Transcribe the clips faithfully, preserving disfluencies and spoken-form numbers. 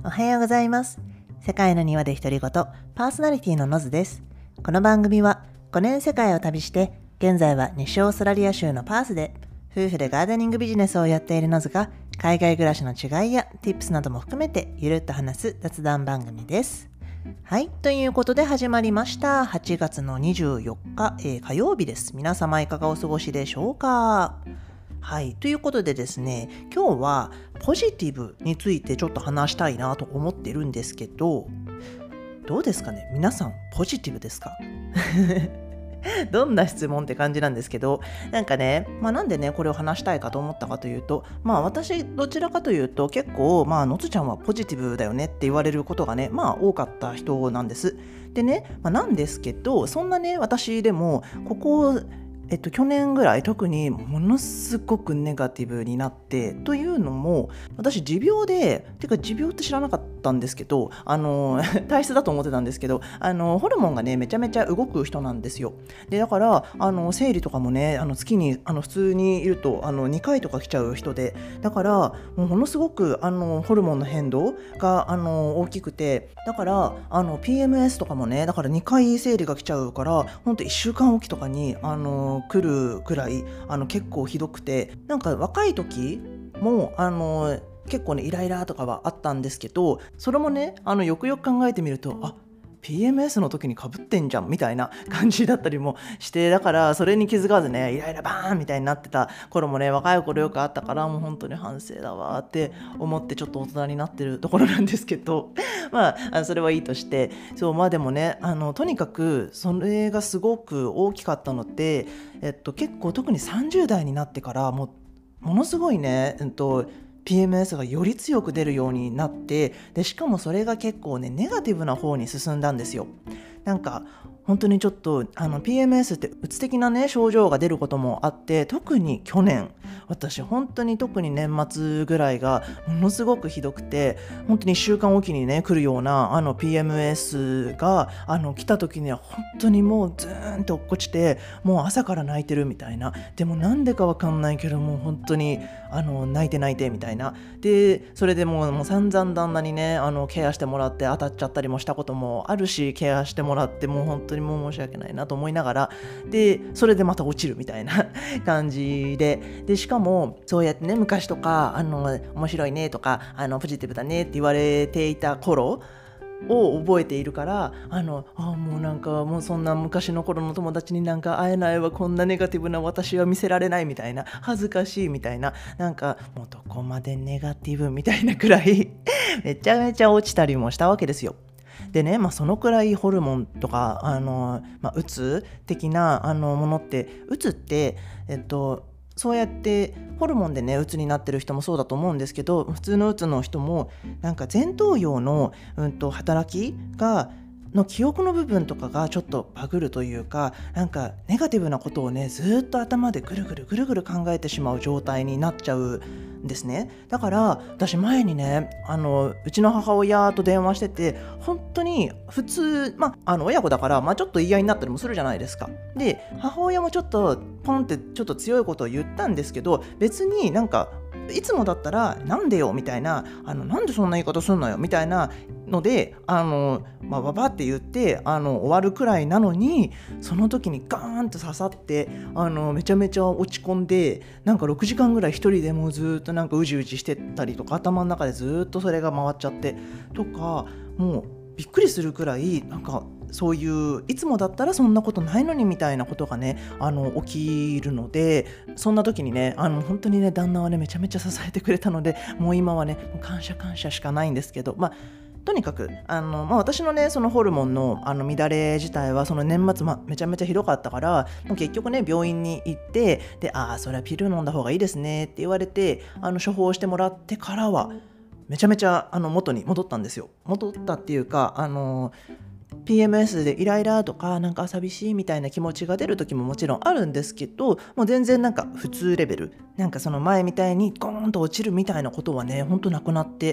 おはようございます。世界の庭で独り言、パーソナリティのノズです。この番組はごねん世界を旅して、現在は西オーストラリア州のパースで夫婦でガーデニングビジネスをやっているノズが、海外暮らしの違いや Tips なども含めてゆるっと話す雑談番組です。はい、ということで始まりました。はちがつのにじゅうよっか、えー、火曜日です。皆様いかがお過ごしでしょうか。はい、ということでですね、今日はポジティブについてちょっと話したいなと思ってるんですけど、どうですかね、皆さんポジティブですか？どんな質問って感じなんですけど、なんかね、まあなんでねこれを話したいかと思ったかというと、まあ私どちらかというと結構まあのつちゃんはポジティブだよねって言われることがねまあ多かった人なんです。でね、まあ、なんですけど、そんなね私でもここえっと、去年ぐらい特にものすごくネガティブになって、というのも私持病で、てか持病って知らなかったんですけど、あの体質だと思ってたんですけど、あのホルモンがねめちゃめちゃ動く人なんですよ。でだからあの生理とかもねあの月にあの普通にいるとあのにかいとか来ちゃう人で、だからもうものすごくあのホルモンの変動があの大きくて、だからあの ピーエムエス とかもね、だからにかい生理が来ちゃうから、ほんといっしゅうかんおきとかにあの来るくらいあの結構ひどくて、なんか若い時もあの結構ねイライラとかはあったんですけど、それもねあのよくよく考えてみると、あピーエムエス の時に被ってんじゃんみたいな感じだったりもして、だからそれに気づかずねイライラバーンみたいになってた頃もね若い頃よくあったから、もう本当に反省だわって思ってちょっと大人になってるところなんですけどまあそれはいいとして、そうまあでもねあのとにかくそれがすごく大きかったので、えっと結構特にさんじゅう代になってからもうものすごいね、えっとピーエムエス がより強く出るようになって、でしかもそれが結構ねネガティブな方に進んだんですよ。なんか本当にちょっとあの ピーエムエス ってうつ的なね症状が出ることもあって、特に去年私本当に特に年末ぐらいがものすごくひどくて、本当にいっしゅうかんおきにね来るようなあの ピーエムエス があの来た時には本当にもうズーンと落っこちて、もう朝から泣いてるみたいな、でもなんでかわかんないけどもう本当にあの泣いて泣いてみたいな、でそれでもう、もう散々旦那にねあのケアしてもらって当たっちゃったりもしたこともあるし、ケアしてもらってもう本当にもう申し訳ないなと思いながら、でそれでまた落ちるみたいな感じで、でしかもそうやってね昔とかあの面白いねとかあのポジティブだねって言われていた頃を覚えているから、あのあもうなんかもうそんな昔の頃の友達になんか会えないわ、こんなネガティブな私は見せられないみたいな、恥ずかしいみたいな、なんかもうどこまでネガティブみたいなくらいめちゃめちゃ落ちたりもしたわけですよ。でね、まあ、そのくらいホルモンとかあの、まあ、うつ的なあのものって、うつってえっとそうやってホルモンでねうつになってる人もそうだと思うんですけど、普通のうつの人もなんか前頭葉の、うん、と働きがの記憶の部分とかがちょっとバグるというか、なんかネガティブなことをねずっと頭でぐるぐるぐるぐる考えてしまう状態になっちゃうんですね。だから私前にねあのうちの母親と電話してて、本当に普通、まあ、あの親子だから、まあ、ちょっと言い合いになったりもするじゃないですか。で母親もちょっとポンってちょっと強いことを言ったんですけど、別になんかいつもだったらなんでよみたいな、あのなんでそんな言い方すんのよみたいなのであの、まあ、ババって言ってあの終わるくらいなのに、その時にガーンと刺さってあのめちゃめちゃ落ち込んで、なんかろくじかんぐらい一人でもうずっとなんかうじうじしてたりとか、頭の中でずっとそれが回っちゃってとか、もうびっくりするくらいなんかそういういつもだったらそんなことないのにみたいなことがねあの起きるので、そんな時にねあの本当にね旦那はねめちゃめちゃ支えてくれたので、もう今はねもう感謝感謝しかないんですけど、まあとにかくあの、まあ、私のねそのホルモンの、あの乱れ自体はその年末、ま、めちゃめちゃひどかったから、もう結局ね病院に行って、でああそれはピル飲んだ方がいいですねって言われてあの処方してもらってからはめちゃめちゃあの元に戻ったんですよ。戻ったっていうかあのピーエムエス でイライラとかなんか寂しいみたいな気持ちが出る時ももちろんあるんですけど、もう全然なんか普通レベル、なんかその前みたいにゴーンと落ちるみたいなことはねほんとなくなって、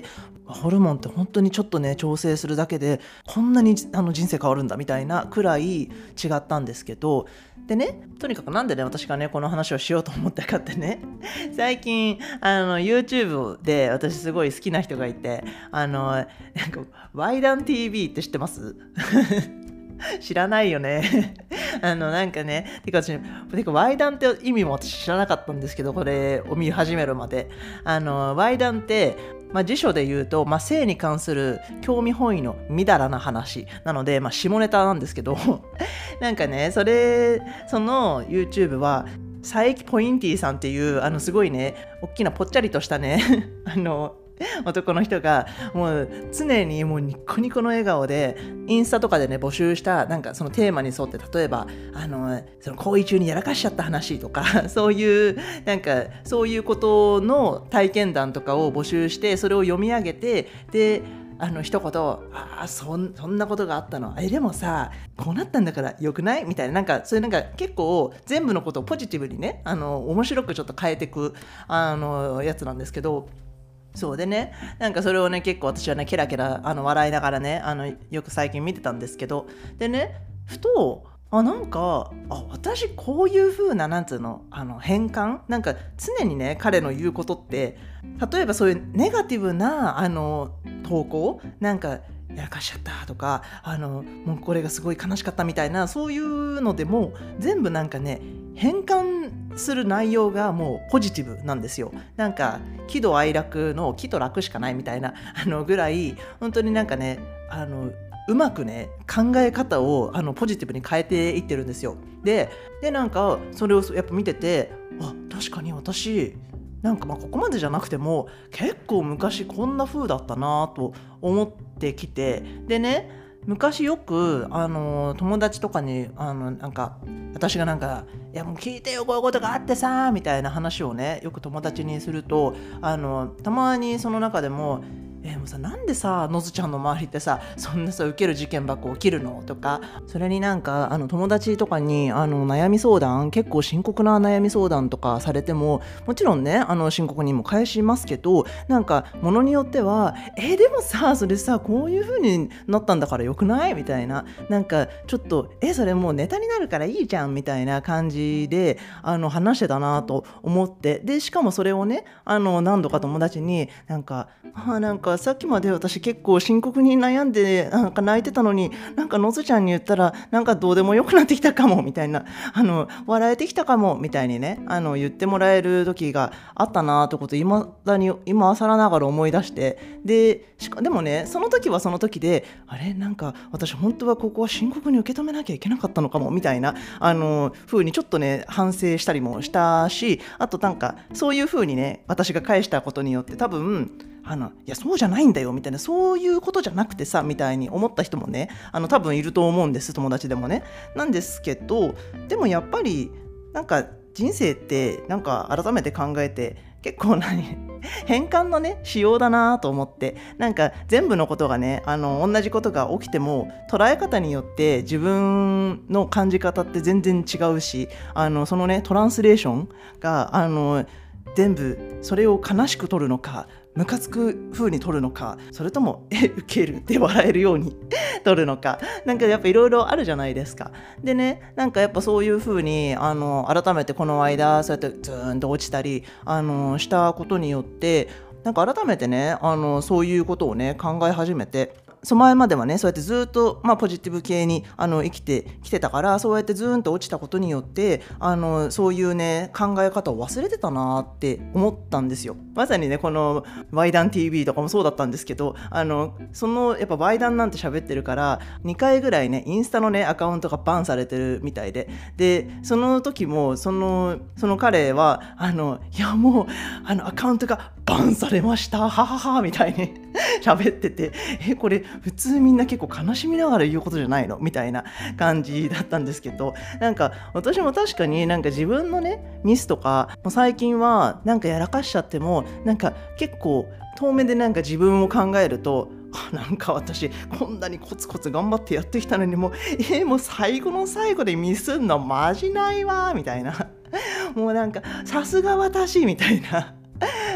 ホルモンって本当にちょっとね調整するだけでこんなにあの人生変わるんだみたいなくらい違ったんですけど、でね、とにかくなんでね私がねこの話をしようと思ったかってね、最近あの YouTube で私すごい好きな人がいて、あのなんかワイダン ティーブイ って知ってます知らないよねあのなんかねてか私てかワイダンって意味も私知らなかったんですけど、これを見始めるまであのワイダンってまあ、辞書で言うと、まあ、性に関する興味本位のみだらな話なので、まあ、下ネタなんですけどなんかねそれその YouTube は佐伯ポインティさんっていうあのすごいね大きなぽっちゃりとしたねあの男の人がもう常にもうニッコニコの笑顔でインスタとかでね募集したなんかそのテーマに沿って、例えばあのその行為中にやらかしちゃった話とかそういうなんかそういうことの体験談とかを募集して、それを読み上げて、であの一言あそんそんなことがあったの、えでもさこうなったんだからよくないみたいな、なんかそういうなんか結構全部のことをポジティブにねあの面白くちょっと変えていくあのやつなんですけど、そうでね、なんかそれをね結構私はねケラケラあの笑いながらねあのよく最近見てたんですけど、でねふとあなんかあ私こういう風ななんつうのあの変換なんか常にね彼の言うことって、例えばそういうネガティブなあの投稿なんかやらかしちゃったとかあのもうこれがすごい悲しかったみたいなそういうのでも全部なんかね変換する内容がもうポジティブなんですよ。なんか喜怒哀楽の喜と楽しかないみたいなあのぐらい本当になんかねあのうまくね考え方をあのポジティブに変えていってるんですよ。で、でなんかそれをやっぱ見てて、あ確かに私なんかまあここまでじゃなくても結構昔こんな風だったなと思ってきて、でね昔よくあの友達とかにあのなんか私がなんかいやもう聞いてよこういうことがあってさみたいな話をねよく友達にすると、あのたまにその中でもえー、もうさなんでさのずちゃんの周りってさそんなさ受ける事件ばっか起きるのとか、それになんかあの友達とかにあの悩み相談結構深刻な悩み相談とかされてももちろんねあの深刻にも返しますけど、なんかものによってはえー、でもさそれさこういう風になったんだからよくないみたいな、なんかちょっとえそれもうネタになるからいいじゃんみたいな感じであの話してたなと思って、でしかもそれをねあの何度か友達になんかあなんかさっきまで私結構深刻に悩んでなんか泣いてたのになんかのずちゃんに言ったらなんかどうでもよくなってきたかもみたいな、あの笑えてきたかもみたいにねあの言ってもらえる時があったなということを今だに今更ながら思い出して、でしかでもねその時はその時であれなんか私本当はここは深刻に受け止めなきゃいけなかったのかもみたいなあの風にちょっとね反省したりもしたし、あとなんかそういう風にね私が返したことによって多分あのいやそうじゃないんだよみたいな、そういうことじゃなくてさみたいに思った人もねあの多分いると思うんです、友達でもね。なんですけどでもやっぱりなんか人生ってなんか改めて考えて結構何変換のね仕様だなと思って、なんか全部のことがねあの同じことが起きても捉え方によって自分の感じ方って全然違うし、あのそのねトランスレーションがあの全部それを悲しく取るのかムカつく風に取るのか、それともえウケるって笑えるように取るのか、なんかやっぱいろいろあるじゃないですか。でねなんかやっぱそういう風にあの改めてこの間そうやってズーンと落ちたりあのしたことによってなんか改めてねあのそういうことをね考え始めて、その前まではねそうやってずっと、まあ、ポジティブ系にあの生きてきてたから、そうやってずーんと落ちたことによってあのそういうね考え方を忘れてたなって思ったんですよ。まさにねこのワイダン ティーブイ とかもそうだったんですけど、あのそのやっぱワイダンなんて喋ってるからにかいぐらいねインスタのねアカウントがバンされてるみたいで、でその時もそのその彼はあのいやもうあのアカウントがバンされましたはははみたいに喋ってて、えこれ普通みんな結構悲しみながら言うことじゃないのみたいな感じだったんですけど、なんか私も確かになんか自分のねミスとか最近はなんかやらかしちゃってもなんか結構遠目でなんか自分を考えるとなんか私こんなにコツコツ頑張ってやってきたのにもうえー、もう最後の最後でミスんのマジないわみたいなもうなんかさすが私みたいな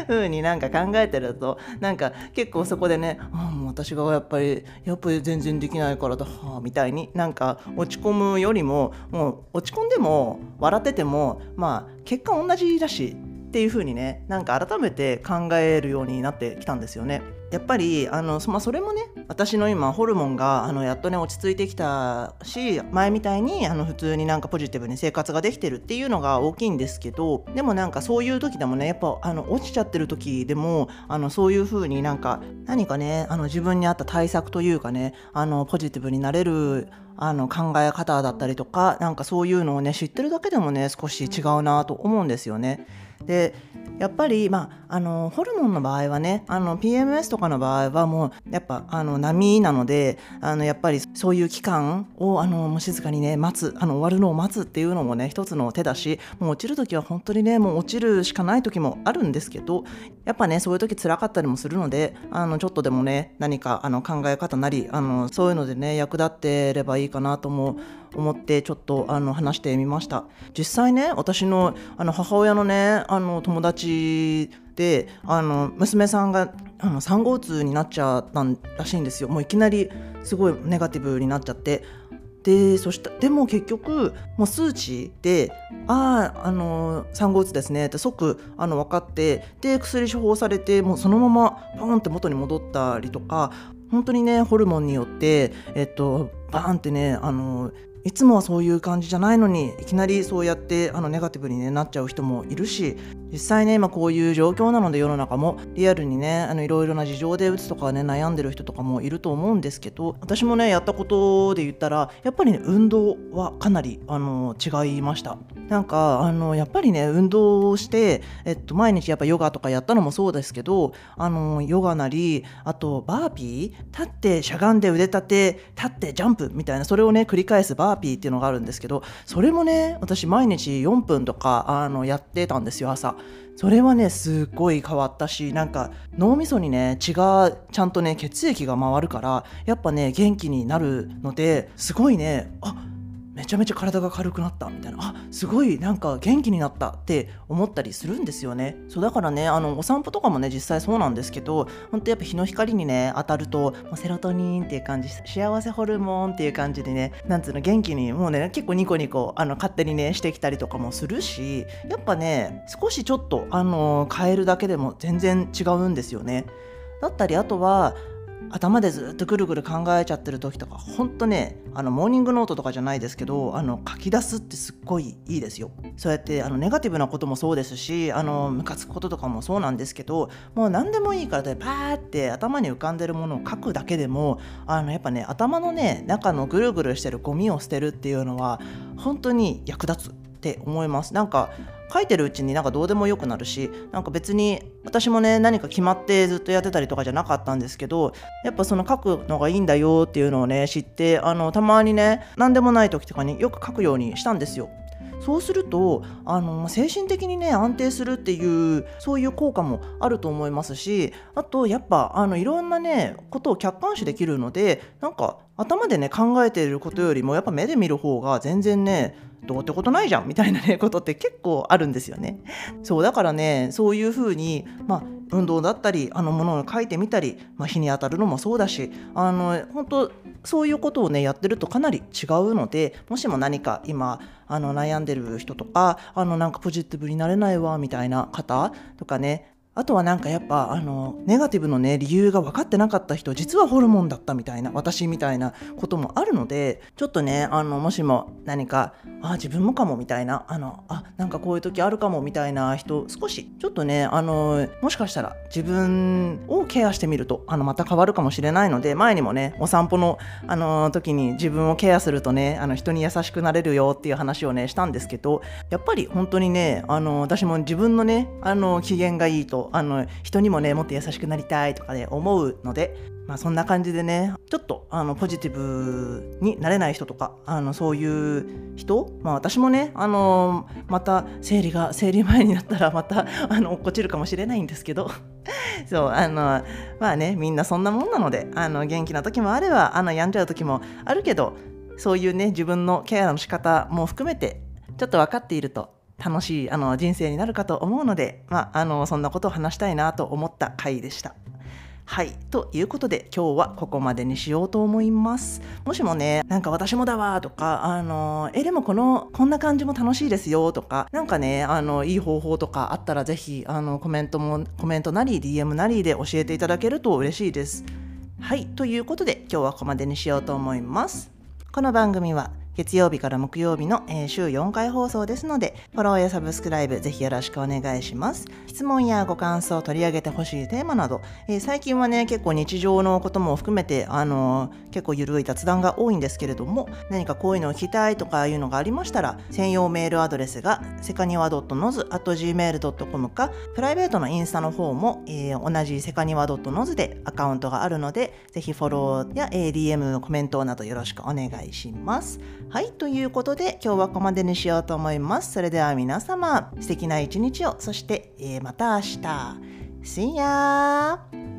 風になんか考えてると、なんか結構そこでね、あもう私がやっぱりやっぱり全然できないからだはみたいになんか落ち込むよりも、もう落ち込んでも笑っててもまあ結果同じだしっていう風にね、なんか改めて考えるようになってきたんですよね。やっぱりあの、まあ、それもね、私の今ホルモンがあのやっとね落ち着いてきたし、前みたいにあの普通になんかポジティブに生活ができてるっていうのが大きいんですけど、でもなんかそういう時でもね、やっぱあの落ちちゃってる時でもあのそういう風になんか何かね、あの自分に合った対策というかね、あのポジティブになれるあの考え方だったりとか、なんかそういうのをね知ってるだけでもね少し違うなと思うんですよね。でやっぱり、まあ、あのホルモンの場合はね、あの ピーエムエス とかの場合はもうやっぱあの波なので、あのやっぱりそういう期間をあのもう静かにね待つ、あの終わるのを待つっていうのもね一つの手だし、もう落ちる時は本当にねもう落ちるしかない時もあるんですけど、やっぱねそういう時辛かったりもするので、あのちょっとでもね何かあの考え方なりあのそういうのでね役立ってればいいかなとも思ってちょっとあの話してみました。実際ね、私のあの母親のねあの友達であの娘さんがあの産後うつになっちゃったらしいんですよ。もういきなりすごいネガティブになっちゃって、でそしたでも結局もう数値であああの産後うつですねって即あの分かって、で薬処方されてもうそのままパーンって元に戻ったりとか、本当にねホルモンによってえっとバーンってねあのいつもはそういう感じじゃないのにいきなりそうやってあのネガティブに、ね、なっちゃう人もいるし、実際ね今こういう状況なので世の中もリアルにねあのいろいろな事情でうつとかね悩んでる人とかもいると思うんですけど、私もねやったことで言ったらやっぱりね運動はかなりあの違いました。なんかあのやっぱりね運動をして、えっと、毎日やっぱヨガとかやったのもそうですけど、あのヨガなりあとバーピー、立ってしゃがんで腕立て立ってジャンプみたいな、それをね繰り返すバーピーっていうのがあるんですけど、それもね私毎日よんぷんとかあのやってたんですよ、朝。それはねすっごい変わったし、なんか脳みそにね血がちゃんとね血液が回るからやっぱね元気になるので、すごいねあめちゃめちゃ体が軽くなったみたいな、あすごいなんか元気になったって思ったりするんですよね。そうだからねあのお散歩とかもね実際そうなんですけど、本当やっぱ日の光にね当たるともうセロトニンっていう感じ、幸せホルモンっていう感じでね、なんつうの元気にもうね結構ニコニコあの勝手にねしてきたりとかもするし、やっぱね少しちょっとあの変えるだけでも全然違うんですよね。だったりあとは頭でずっとぐるぐる考えちゃってる時とか、ほんとねあのモーニングノートとかじゃないですけど、あの書き出すってすっごいいいですよ。そうやってあのネガティブなこともそうですし、あのムカつくこととかもそうなんですけど、もう何でもいいからでパーって頭に浮かんでるものを書くだけでも、あのやっぱね頭のね中のぐるぐるしてるゴミを捨てるっていうのは本当に役立つって思います。なんか書いてるうちになんかどうでもよくなるし、なんか別に私もね何か決まってずっとやってたりとかじゃなかったんですけど、やっぱその書くのがいいんだよっていうのをね知って、あのたまにね何でもない時とかによく書くようにしたんですよ。そうするとあの精神的にね安定するっていうそういう効果もあると思いますし、あとやっぱあのいろんなねことを客観視できるので、なんか頭でね考えていることよりもやっぱ目で見る方が全然ねどうってことないじゃんみたいなねことって結構あるんですよね。そうだからねそういう風にまあ運動だったりあのものを書いてみたり、まあ、日に当たるのもそうだし、あの本当そういうことをねやってるとかなり違うので、もしも何か今あの悩んでる人とか、あのなんかポジティブになれないわみたいな方とかね、あとはなんかやっぱあのネガティブのね理由が分かってなかった人、実はホルモンだったみたいな、私みたいなこともあるので、ちょっとねあのもしも何かあ自分もかもみたいな、あのあなんかこういう時あるかもみたいな人、少しちょっとねあのもしかしたら自分をケアしてみるとあのまた変わるかもしれないので、前にもねお散歩のあの時に自分をケアするとねあの人に優しくなれるよっていう話をねしたんですけど、やっぱり本当にねあの私も自分のねあの機嫌がいいとあの人にもねもっと優しくなりたいとかね思うので、まあ、そんな感じでねちょっとあのポジティブになれない人とか、あのそういう人、まあ、私もねあのまた生理が生理前になったらまたあの落っこちるかもしれないんですけどそうあのまあねみんなそんなもんなので、あの元気な時もあればあの病んじゃう時もあるけど、そういうね自分のケアの仕方も含めてちょっと分かっていると楽しいあの人生になるかと思うので、まあ、あのそんなことを話したいなと思った回でした。はい。ということで今日はここまでにしようと思います。もしもね、なんか私もだわとか、あの、え、でもこの、こんな感じも楽しいですよとか、なんかね、あの、いい方法とかあったらぜひ、あの、コメントも、コメントなり ディーエム なりで教えていただけると嬉しいです。はい。ということで今日はここまでにしようと思います。この番組は月曜日から木曜日の、えー、週よんかい放送ですので、フォローやサブスクライブぜひよろしくお願いします。質問やご感想、取り上げてほしいテーマなど、えー、最近はね結構日常のことも含めて、あのー、結構ゆるい雑談が多いんですけれども、何かこういうのを聞きたいとかいうのがありましたら、専用メールアドレスがセカニワ ドットノズ アット ジーメール ドットコム か、プライベートのインスタの方も、えー、同じセカニワ ドットノズ でアカウントがあるので、ぜひフォローや、えー、ディーエム コメントなどよろしくお願いします。はい、ということで今日はここまでにしようと思います。それでは皆様、素敵な一日を、そして、えー、また明日。See ya!